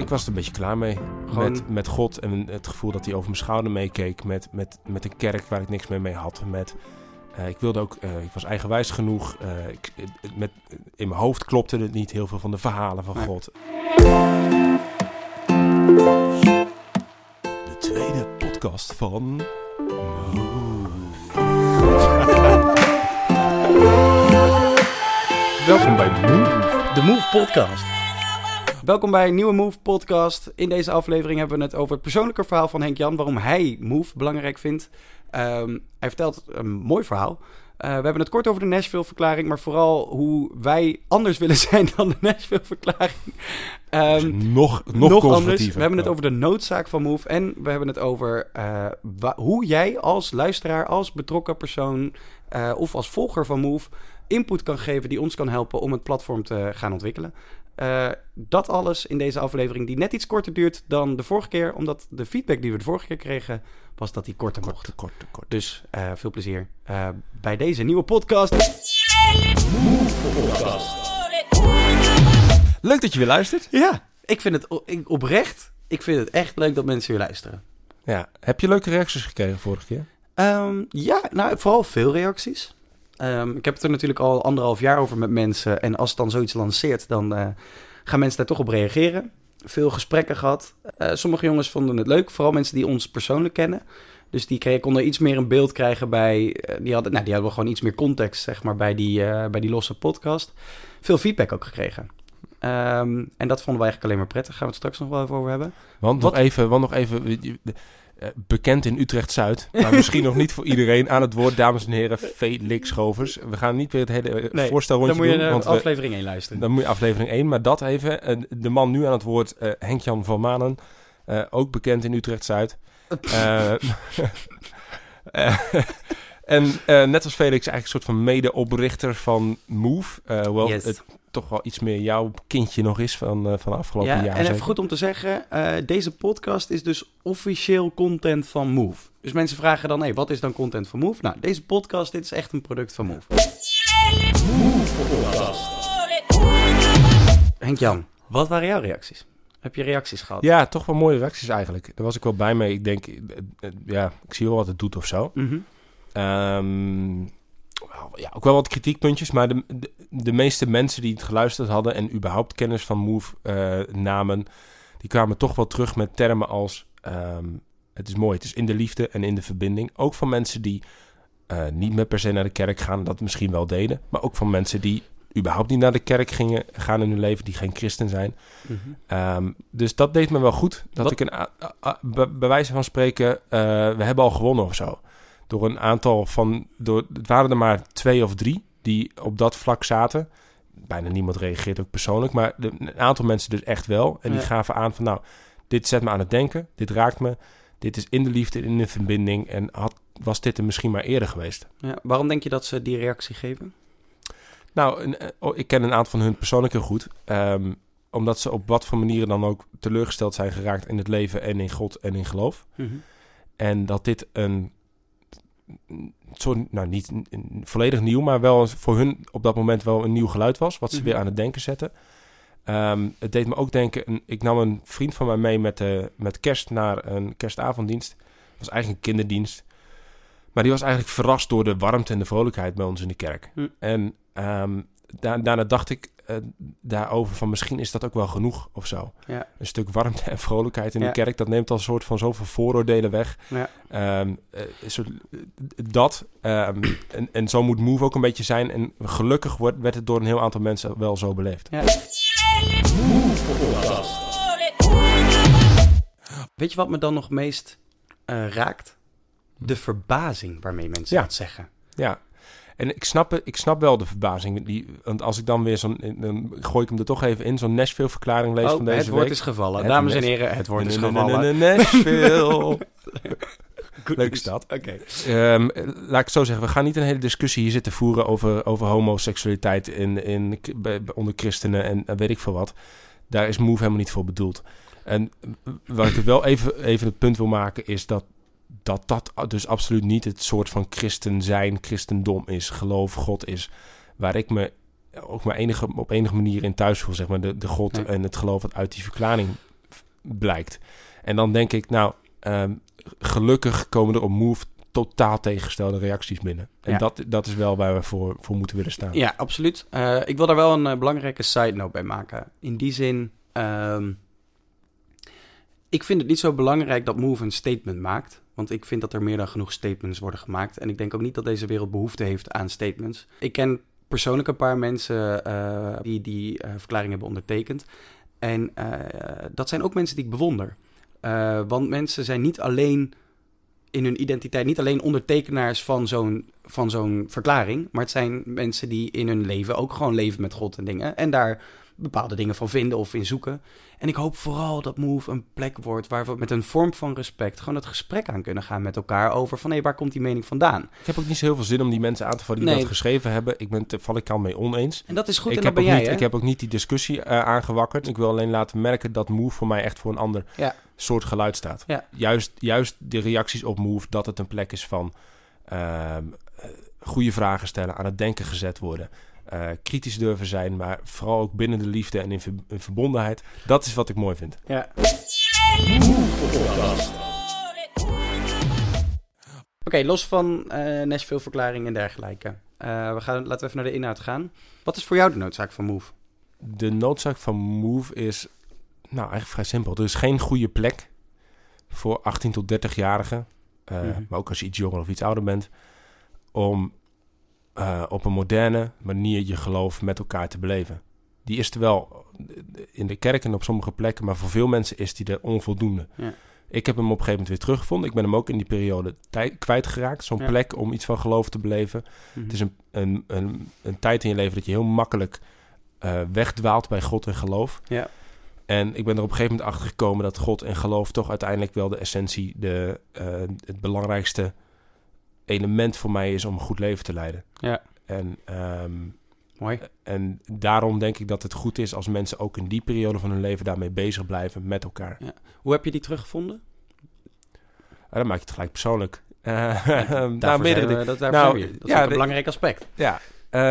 was er een beetje klaar mee. Met God en het gevoel dat hij over mijn schouder meekeek. Met een kerk waar ik niks meer mee had. Ik wilde ook, ik was eigenwijs genoeg. In mijn hoofd klopte het niet heel veel van de verhalen van God. De tweede podcast van Welkom bij Move. De Move Podcast. Welkom bij een nieuwe Move Podcast. In deze aflevering hebben we het over het persoonlijke verhaal van Henk-Jan. Waarom hij Move belangrijk vindt. Hij vertelt een mooi verhaal. We hebben het kort over de Nashville-verklaring. Maar vooral hoe wij anders willen zijn dan de Nashville-verklaring. Nog conservatiever. We hebben het over de noodzaak van Move. En we hebben het over hoe jij als luisteraar, als betrokken persoon of als volger van Move input kan geven die ons kan helpen om het platform te gaan ontwikkelen. Dat alles in deze aflevering die net iets korter duurt dan de vorige keer. Omdat de feedback die we de vorige keer kregen was dat die korter mocht. Kort. Dus veel plezier bij deze nieuwe podcast. Leuk dat je weer luistert. Ja, ik vind het oprecht. Ik vind het echt leuk dat mensen weer luisteren. Ja, heb je leuke reacties gekregen vorige keer? Ja, nou vooral veel reacties. Ik heb het er natuurlijk al 1,5 jaar over met mensen. En als het dan zoiets lanceert, dan gaan mensen daar toch op reageren. Veel gesprekken gehad. Sommige jongens vonden het leuk. Vooral mensen die ons persoonlijk kennen. Dus die konden iets meer een beeld krijgen bij... Die hadden gewoon iets meer context, zeg maar, bij die losse podcast. Veel feedback ook gekregen. En dat vonden we eigenlijk alleen maar prettig. Gaan we het straks nog wel even over hebben. Want nog even... Bekend in Utrecht-Zuid, maar misschien nog niet voor iedereen. Aan het woord, dames en heren, Felix Govers. We gaan niet weer het hele voorstelrondje doen. Dan moet je naar aflevering 1 luisteren. Dan moet je aflevering 1, maar dat even. De man nu aan het woord, Henk-Jan van Manen. Ook bekend in Utrecht-Zuid. En net als Felix eigenlijk een soort van medeoprichter van Move. Yes. Toch wel iets meer jouw kindje nog is van afgelopen jaar. En even goed om te zeggen, deze podcast is dus officieel content van Move. Dus mensen vragen dan, wat is dan content van Move? Nou, deze podcast, dit is echt een product van Move. Henk-Jan, wat waren jouw reacties? Heb je reacties gehad? Ja, toch wel mooie reacties eigenlijk. Daar was ik wel bij mee. Ik denk, ik zie wel wat het doet of zo. Mm-hmm. Ook wel wat kritiekpuntjes, maar de meeste mensen die het geluisterd hadden en überhaupt kennis van Move namen, die kwamen toch wel terug met termen als het is mooi, het is in de liefde en in de verbinding. Ook van mensen die niet meer per se naar de kerk gaan, dat misschien wel deden, maar ook van mensen die überhaupt niet naar de kerk gaan in hun leven, die geen christen zijn. Mm-hmm. Dus dat deed me wel goed. Dat ik bij wijze van spreken, we hebben al gewonnen of zo. Door een aantal het waren er maar 2 of 3 die op dat vlak zaten. Bijna niemand reageert ook persoonlijk, maar een aantal mensen dus echt wel. En die gaven aan van, dit zet me aan het denken, dit raakt me, dit is in de liefde, in de verbinding. En was dit er misschien maar eerder geweest. Ja, waarom denk je dat ze die reactie geven? Nou, ik ken een aantal van hun persoonlijk heel goed. Omdat ze op wat voor manieren dan ook teleurgesteld zijn geraakt in het leven en in God en in geloof. Mm-hmm. En dat dit niet volledig nieuw, maar wel voor hun op dat moment wel een nieuw geluid was, wat ze weer aan het denken zetten. Het deed me ook denken, ik nam een vriend van mij mee met kerst naar een kerstavonddienst. Het was eigenlijk een kinderdienst. Maar die was eigenlijk verrast door de warmte en de vrolijkheid bij ons in de kerk. En daarna dacht ik daarover van misschien is dat ook wel genoeg of zo. Ja. Een stuk warmte en vrolijkheid in de kerk, dat neemt al een soort van zoveel vooroordelen weg. Ja. En zo moet Move ook een beetje zijn. En gelukkig werd het door een heel aantal mensen wel zo beleefd. Ja. Weet je wat me dan nog meest raakt? De verbazing waarmee mensen dat zeggen. Ja. En ik snap wel de verbazing. Want als ik dan weer dan gooi ik hem er toch even in. Zo'n Nashville-verklaring lees van deze week. Het woord is gevallen. Dames en heren, het woord is gevallen. Nashville. Leuke stad. Oké. Laat ik het zo zeggen. We gaan niet een hele discussie hier zitten voeren over homoseksualiteit onder christenen en weet ik veel wat. Daar is Move helemaal niet voor bedoeld. En waar ik het wel even het punt wil maken is dat dus absoluut niet het soort van christendom is, geloof, God is, waar ik me ook maar op enige manier in thuis voel, zeg maar, de God en het geloof wat uit die verklaring blijkt. En dan denk ik, gelukkig komen er op Move totaal tegengestelde reacties binnen. En dat is wel waar we voor moeten willen staan. Ja, absoluut. Ik wil daar wel een belangrijke side note bij maken. In die zin, ik vind het niet zo belangrijk dat Move een statement maakt. Want ik vind dat er meer dan genoeg statements worden gemaakt. En ik denk ook niet dat deze wereld behoefte heeft aan statements. Ik ken persoonlijk een paar mensen die verklaring hebben ondertekend. En dat zijn ook mensen die ik bewonder. Want mensen zijn niet alleen in hun identiteit, niet alleen ondertekenaars van zo'n verklaring, maar het zijn mensen die in hun leven ook gewoon leven met God en dingen. En daar bepaalde dingen van vinden of in zoeken. En ik hoop vooral dat Move een plek wordt waar we met een vorm van respect gewoon het gesprek aan kunnen gaan met elkaar over van waar komt die mening vandaan? Ik heb ook niet zo heel veel zin om die mensen aan te vallen die dat geschreven hebben. Ik ben het valikant mee oneens. En dat is goed, en dat ben jij, hè? Ik heb ook niet die discussie aangewakkerd. Ik wil alleen laten merken dat Move voor mij echt voor een ander soort geluid staat. Ja. Juist de reacties op Move, dat het een plek is van goede vragen stellen, aan het denken gezet worden. Kritisch durven zijn, maar vooral ook binnen de liefde en in verbondenheid. Dat is wat ik mooi vind. Ja. Oké, los van Nashville-verklaring en dergelijke. Laten we even naar de inhoud gaan. Wat is voor jou de noodzaak van Move? De noodzaak van Move is eigenlijk vrij simpel. Er is geen goede plek voor 18 tot 30-jarigen, maar ook als je iets jonger of iets ouder bent, om op een moderne manier je geloof met elkaar te beleven. Die is er wel in de kerk en op sommige plekken, maar voor veel mensen is die er onvoldoende. Ja. Ik heb hem op een gegeven moment weer teruggevonden. Ik ben hem ook in die periode kwijtgeraakt. Zo'n plek om iets van geloof te beleven. Mm-hmm. Het is een tijd in je leven dat je heel makkelijk wegdwaalt bij God en geloof. Ja. En ik ben er op een gegeven moment achter gekomen dat God en geloof toch uiteindelijk wel de essentie, het belangrijkste element voor mij is om een goed leven te leiden. Ja. En mooi. En daarom denk ik dat het goed is als mensen ook in die periode van hun leven daarmee bezig blijven met elkaar. Ja. Hoe heb je die teruggevonden? Dan maak je het gelijk persoonlijk. Dat is een belangrijk aspect. Ja,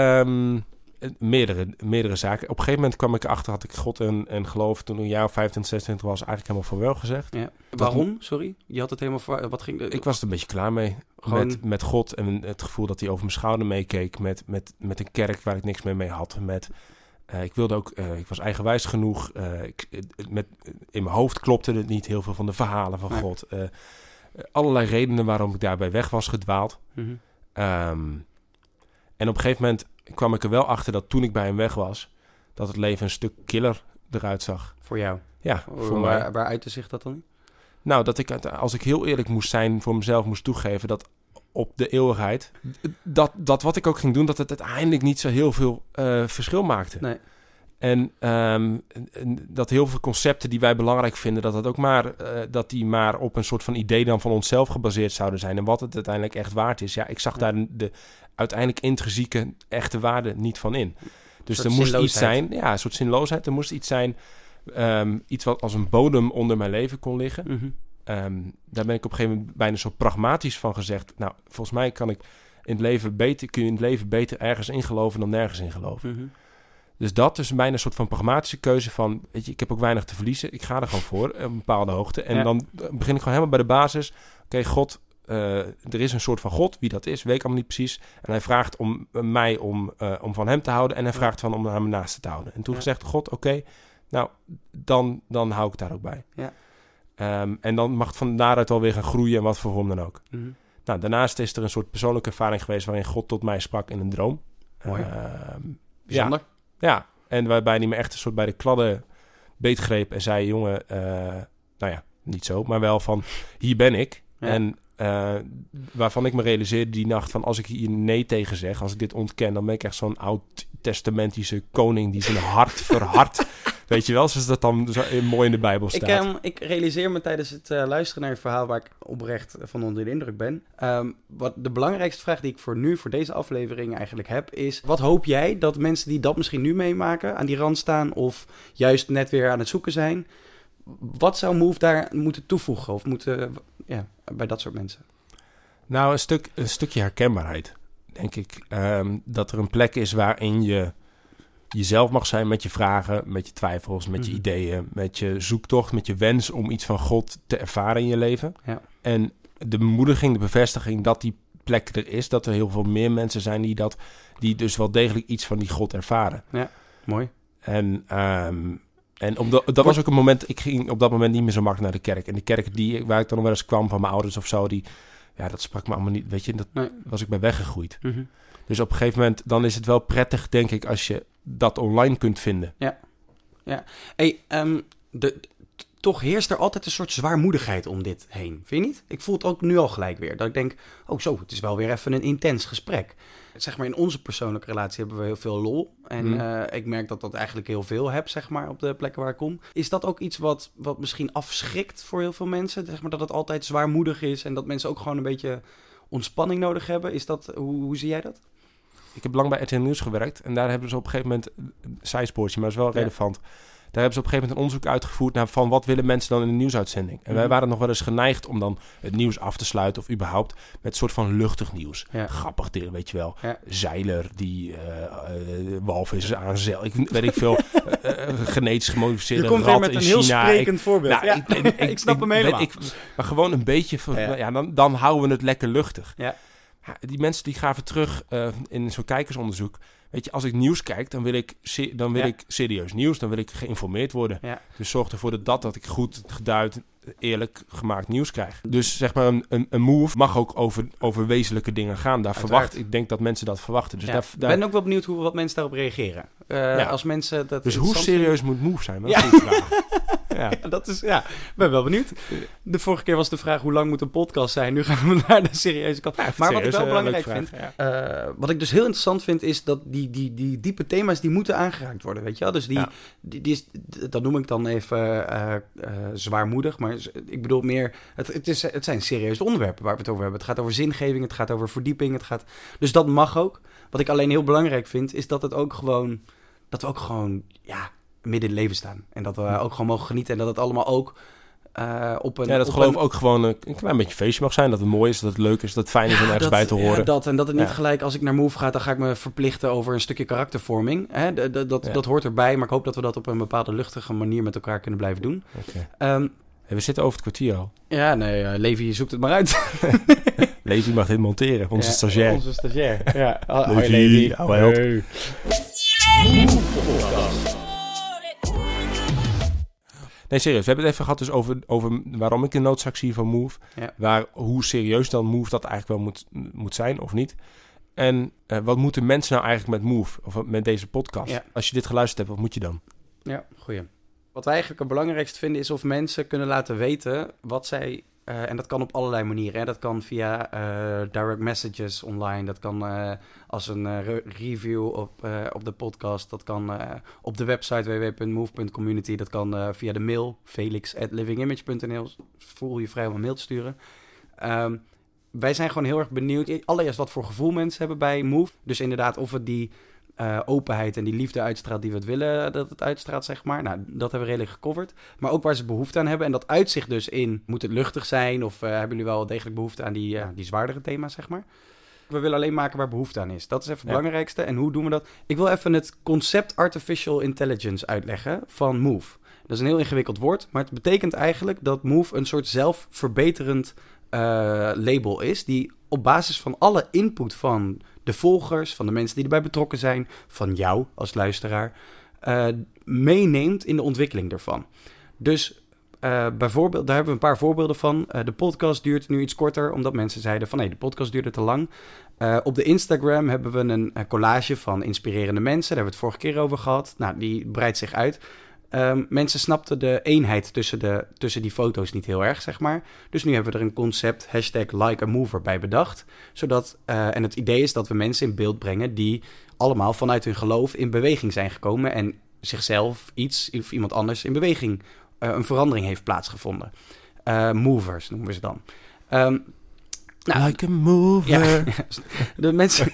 meerdere zaken. Op een gegeven moment kwam ik erachter, had ik God en geloof toen ik een jaar of 25, 26 was, eigenlijk helemaal voor wel gezegd. Ja. Waarom? Sorry? Je had het helemaal voor... Wat ging ik was er een beetje klaar mee. Met God en het gevoel dat hij over mijn schouder meekeek. Met een kerk waar ik niks meer mee had. Ik wilde ook... ik was eigenwijs genoeg. In mijn hoofd klopte het niet heel veel van de verhalen van God. Allerlei redenen waarom ik daarbij weg was gedwaald. Mm-hmm. En op een gegeven moment kwam ik er wel achter dat toen ik bij hem weg was, dat het leven een stuk killer eruit zag. Voor jou? Ja, voor mij. Waar uitte zich dat dan? Nou, dat ik, als ik heel eerlijk moest zijn, voor mezelf moest toegeven dat op de eeuwigheid, dat wat ik ook ging doen, dat het uiteindelijk niet zo heel veel verschil maakte. Nee. En dat heel veel concepten die wij belangrijk vinden, dat die maar op een soort van idee dan van onszelf gebaseerd zouden zijn. En wat het uiteindelijk echt waard is. Ja, ik zag daar de uiteindelijk intrinsieke echte waarde niet van in. Dus er moest iets zijn, een soort zinloosheid. Er moest iets zijn, iets wat als een bodem onder mijn leven kon liggen. Mm-hmm. Daar ben ik op een gegeven moment bijna zo pragmatisch van gezegd. Nou, volgens mij kun je in het leven beter ergens in geloven dan nergens in geloven. Mm-hmm. Dus dat is bijna een soort van pragmatische keuze van, weet je, ik heb ook weinig te verliezen. Ik ga er gewoon voor, op een bepaalde hoogte. En dan begin ik gewoon helemaal bij de basis. Oké, God, er is een soort van God. Wie dat is, weet ik allemaal niet precies. En hij vraagt om mij om van hem te houden. En hij vraagt om naar mijn naaste te houden. En toen gezegd, God, oké, nou, dan hou ik daar ook bij. Ja. En dan mag het van daaruit alweer gaan groeien en wat voor vorm dan ook. Mm-hmm. Nou, daarnaast is er een soort persoonlijke ervaring geweest waarin God tot mij sprak in een droom. Mooi. Bijzonder. Ja, en waarbij hij me echt een soort bij de kladden beetgreep en zei, jongen, niet zo, maar wel van, hier ben ik. Ja. En waarvan ik me realiseerde die nacht van, als ik hier nee tegen zeg, als ik dit ontken, dan ben ik echt zo'n oud-testamentische koning die zijn hart verhardt. Weet je wel, zoals dat dan zo mooi in de Bijbel staat. Ik realiseer me tijdens het luisteren naar je verhaal, waar ik oprecht van onder de indruk ben. Wat de belangrijkste vraag die ik voor deze aflevering eigenlijk heb, is: wat hoop jij dat mensen die dat misschien nu meemaken, aan die rand staan of juist net weer aan het zoeken zijn, wat zou Move daar moeten toevoegen of bij dat soort mensen? Nou, een stukje herkenbaarheid, denk ik. Dat er een plek is waarin je jezelf mag zijn met je vragen, met je twijfels, met je ideeën, met je zoektocht, met je wens om iets van God te ervaren in je leven. Ja. En de bemoediging, de bevestiging dat die plek er is, dat er heel veel meer mensen zijn die dus wel degelijk iets van die God ervaren. Ja, mooi. En dat was ook een moment, ik ging op dat moment niet meer zo makkelijk naar de kerk. En de kerk waar ik dan nog wel eens kwam van mijn ouders of zo, dat sprak me allemaal niet, weet je, was ik bij weggegroeid. Mm-hmm. Dus op een gegeven moment, dan is het wel prettig, denk ik, als je dat online kunt vinden. Ja. Hey, toch heerst er altijd een soort zwaarmoedigheid om dit heen, vind je niet? Ik voel het ook nu al gelijk weer, dat ik denk, het is wel weer even een intens gesprek. Zeg maar, in onze persoonlijke relatie hebben we heel veel lol. En ik merk dat eigenlijk heel veel heb, zeg maar, op de plekken waar ik kom. Is dat ook iets wat misschien afschrikt voor heel veel mensen? Zeg maar dat het altijd zwaarmoedig is en dat mensen ook gewoon een beetje ontspanning nodig hebben? Is dat, hoe zie jij dat? Ik heb lang bij RTL Nieuws gewerkt en daar hebben ze op een gegeven moment een zijspoortje, maar dat is wel relevant. Daar hebben ze op een gegeven moment een onderzoek uitgevoerd naar van wat willen mensen dan in een nieuwsuitzending. En wij waren nog wel eens geneigd om dan het nieuws af te sluiten of überhaupt met een soort van luchtig nieuws. Ja. Grappig, weet je wel. Ja. Zeiler die walvissen aan zeil. Weet ik veel. Genetisch gemodificeerde rat in China. Je komt weer met een heel sprekend voorbeeld. Ik snap hem helemaal. Maar gewoon een beetje van, dan houden we het lekker luchtig. Ja. Die mensen die gaven terug in zo'n kijkersonderzoek. Weet je, als ik nieuws kijk, dan wil ik serieus nieuws. Dan wil ik geïnformeerd worden. Ja. Dus zorg ervoor dat ik goed geduid, eerlijk gemaakt nieuws krijg. Dus zeg maar, een move mag ook over wezenlijke dingen gaan. Ik denk dat mensen dat verwachten. Dus ik ben ook wel benieuwd wat mensen daarop reageren. Als mensen dat dus hoe serieus moet move zijn? Dat is die vraag. Ik ben wel benieuwd. De vorige keer was de vraag hoe lang moet een podcast zijn. Nu gaan we naar de serieuze kant. Maar wat ik wel belangrijk vind, wat ik dus heel interessant vind, is dat die diepe thema's die moeten aangeraakt worden, weet je wel? Dus dat noem ik dan even zwaarmoedig, maar ik bedoel meer, het zijn serieuze onderwerpen waar we het over hebben. Het gaat over zingeving, het gaat over verdieping, dus dat mag ook. Wat ik alleen heel belangrijk vind, is dat we ook gewoon midden in het leven staan. En dat we ook gewoon mogen genieten. En dat het allemaal ook ook gewoon een klein beetje feestje mag zijn. Dat het mooi is, dat het leuk is, dat het fijn is om ergens bij te horen. En dat het niet gelijk, als ik naar Move ga, dan ga ik me verplichten over een stukje karaktervorming. Dat hoort erbij, maar ik hoop dat we dat op een bepaalde luchtige manier met elkaar kunnen blijven doen. Okay. We zitten over het kwartier al. Ja, nee, Levi zoekt het maar uit. Levi mag dit monteren, onze stagiair. Onze stagiair, ja. Levi, ouwe held. Nee, serieus. We hebben het even gehad dus over waarom ik de noodzaak zie van Move. Ja. Hoe serieus dan Move dat eigenlijk wel moet zijn of niet. En wat moeten mensen nou eigenlijk met Move of met deze podcast? Ja. Als je dit geluisterd hebt, wat moet je dan? Ja, goeie. Wat wij eigenlijk het belangrijkste vinden is of mensen kunnen laten weten wat zij... en dat kan op allerlei manieren. Hè. Dat kan via direct messages online. Dat kan als een review op de podcast. Dat kan op de website www.move.community. Dat kan via de mail felix@livingimage.nl. Voel je vrij om een mail te sturen. Wij zijn gewoon heel erg benieuwd. Allereerst wat voor gevoel mensen hebben bij Move. Dus inderdaad of het die openheid en die liefde uitstraalt die we het willen dat het uitstraalt, zeg maar. Nou, dat hebben we redelijk gecoverd. Maar ook waar ze behoefte aan hebben. En dat uitzicht dus in, moet het luchtig zijn? Of hebben jullie wel degelijk behoefte aan die zwaardere thema's, zeg maar? We willen alleen maken waar behoefte aan is. Dat is even het belangrijkste. En hoe doen we dat? Ik wil even het concept Artificial Intelligence uitleggen van Move. Dat is een heel ingewikkeld woord, maar het betekent eigenlijk dat Move een soort zelfverbeterend label is, die op basis van alle input van de volgers, van de mensen die erbij betrokken zijn, van jou als luisteraar, meeneemt in de ontwikkeling ervan. Dus bijvoorbeeld, daar hebben we een paar voorbeelden van. De podcast duurt nu iets korter, omdat mensen zeiden van de podcast duurde te lang. Op de Instagram hebben we een collage van inspirerende mensen. Daar hebben we het vorige keer over gehad. Nou, die breidt zich uit. Mensen snapten de eenheid tussen die foto's niet heel erg, zeg maar. Dus nu hebben we er een concept, #LikeAMover bij bedacht. Zodat, en het idee is dat we mensen in beeld brengen die allemaal vanuit hun geloof in beweging zijn gekomen en zichzelf, iets of iemand anders in beweging, een verandering heeft plaatsgevonden. Movers noemen we ze dan. Like a mover. Ja, de mensen...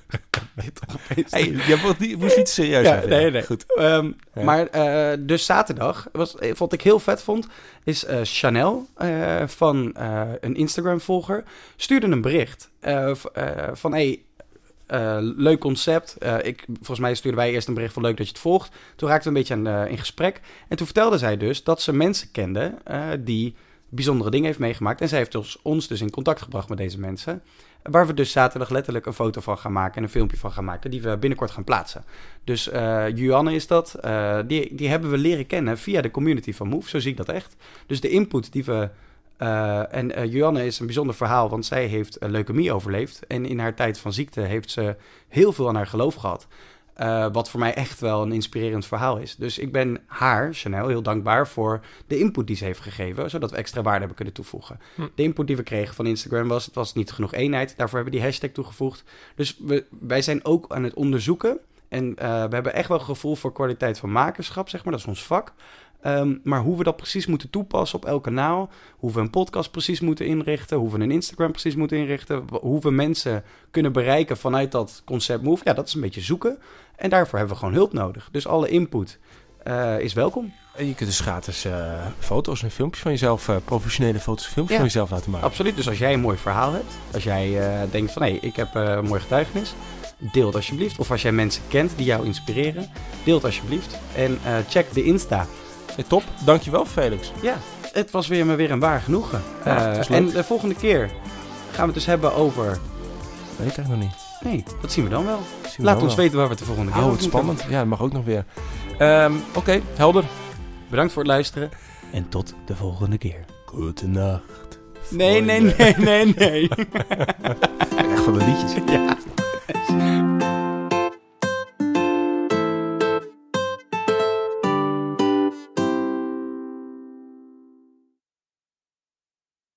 Je moest niet serieus zijn. Nee. Goed. Maar dus zaterdag, wat ik heel vet vond, is Chanel van een Instagram-volger stuurde een bericht van... Leuk concept. Volgens mij stuurden wij eerst een bericht van leuk dat je het volgt. Toen raakten we een beetje in gesprek. En toen vertelde zij dus dat ze mensen kende die bijzondere dingen heeft meegemaakt. En zij heeft ons dus in contact gebracht met deze mensen. Waar we dus zaterdag letterlijk een foto van gaan maken en een filmpje van gaan maken, die we binnenkort gaan plaatsen. Dus Juanne is dat. Die hebben we leren kennen via de community van Move. Zo zie ik dat echt. Dus de input die we... Juanne is een bijzonder verhaal, want zij heeft leukemie overleefd. En in haar tijd van ziekte heeft ze heel veel aan haar geloof gehad. Wat voor mij echt wel een inspirerend verhaal is. Dus ik ben haar, Chanel, heel dankbaar voor de input die ze heeft gegeven, zodat we extra waarde hebben kunnen toevoegen. De input die we kregen van Instagram het was niet genoeg eenheid. Daarvoor hebben we die hashtag toegevoegd. Dus wij zijn ook aan het onderzoeken. En we hebben echt wel een gevoel voor kwaliteit van makerschap, zeg maar. Dat is ons vak. Maar hoe we dat precies moeten toepassen op elk kanaal, hoe we een podcast precies moeten inrichten, hoe we een Instagram precies moeten inrichten, hoe we mensen kunnen bereiken vanuit dat concept Move, ja, dat is een beetje zoeken. En daarvoor hebben we gewoon hulp nodig. Dus alle input is welkom. En je kunt dus gratis foto's en filmpjes van jezelf, professionele foto's en filmpjes van jezelf laten maken. Absoluut. Dus als jij een mooi verhaal hebt, als jij denkt van ik heb een mooi getuigenis, deel het alsjeblieft. Of als jij mensen kent die jou inspireren, deel het alsjeblieft. En check de Insta. Hey, top, dankjewel Felix. Ja, het was weer een waar genoegen. En de volgende keer gaan we het dus hebben over... Weet ik eigenlijk nog niet. Nee, dat zien we dan wel. Laat ons weten waar we het de volgende keer over het spannend. Ja, dat mag ook nog weer. Oké, helder. Bedankt voor het luisteren. En tot de volgende keer. Goedenacht. Nee. Echt van de liedjes. Ja.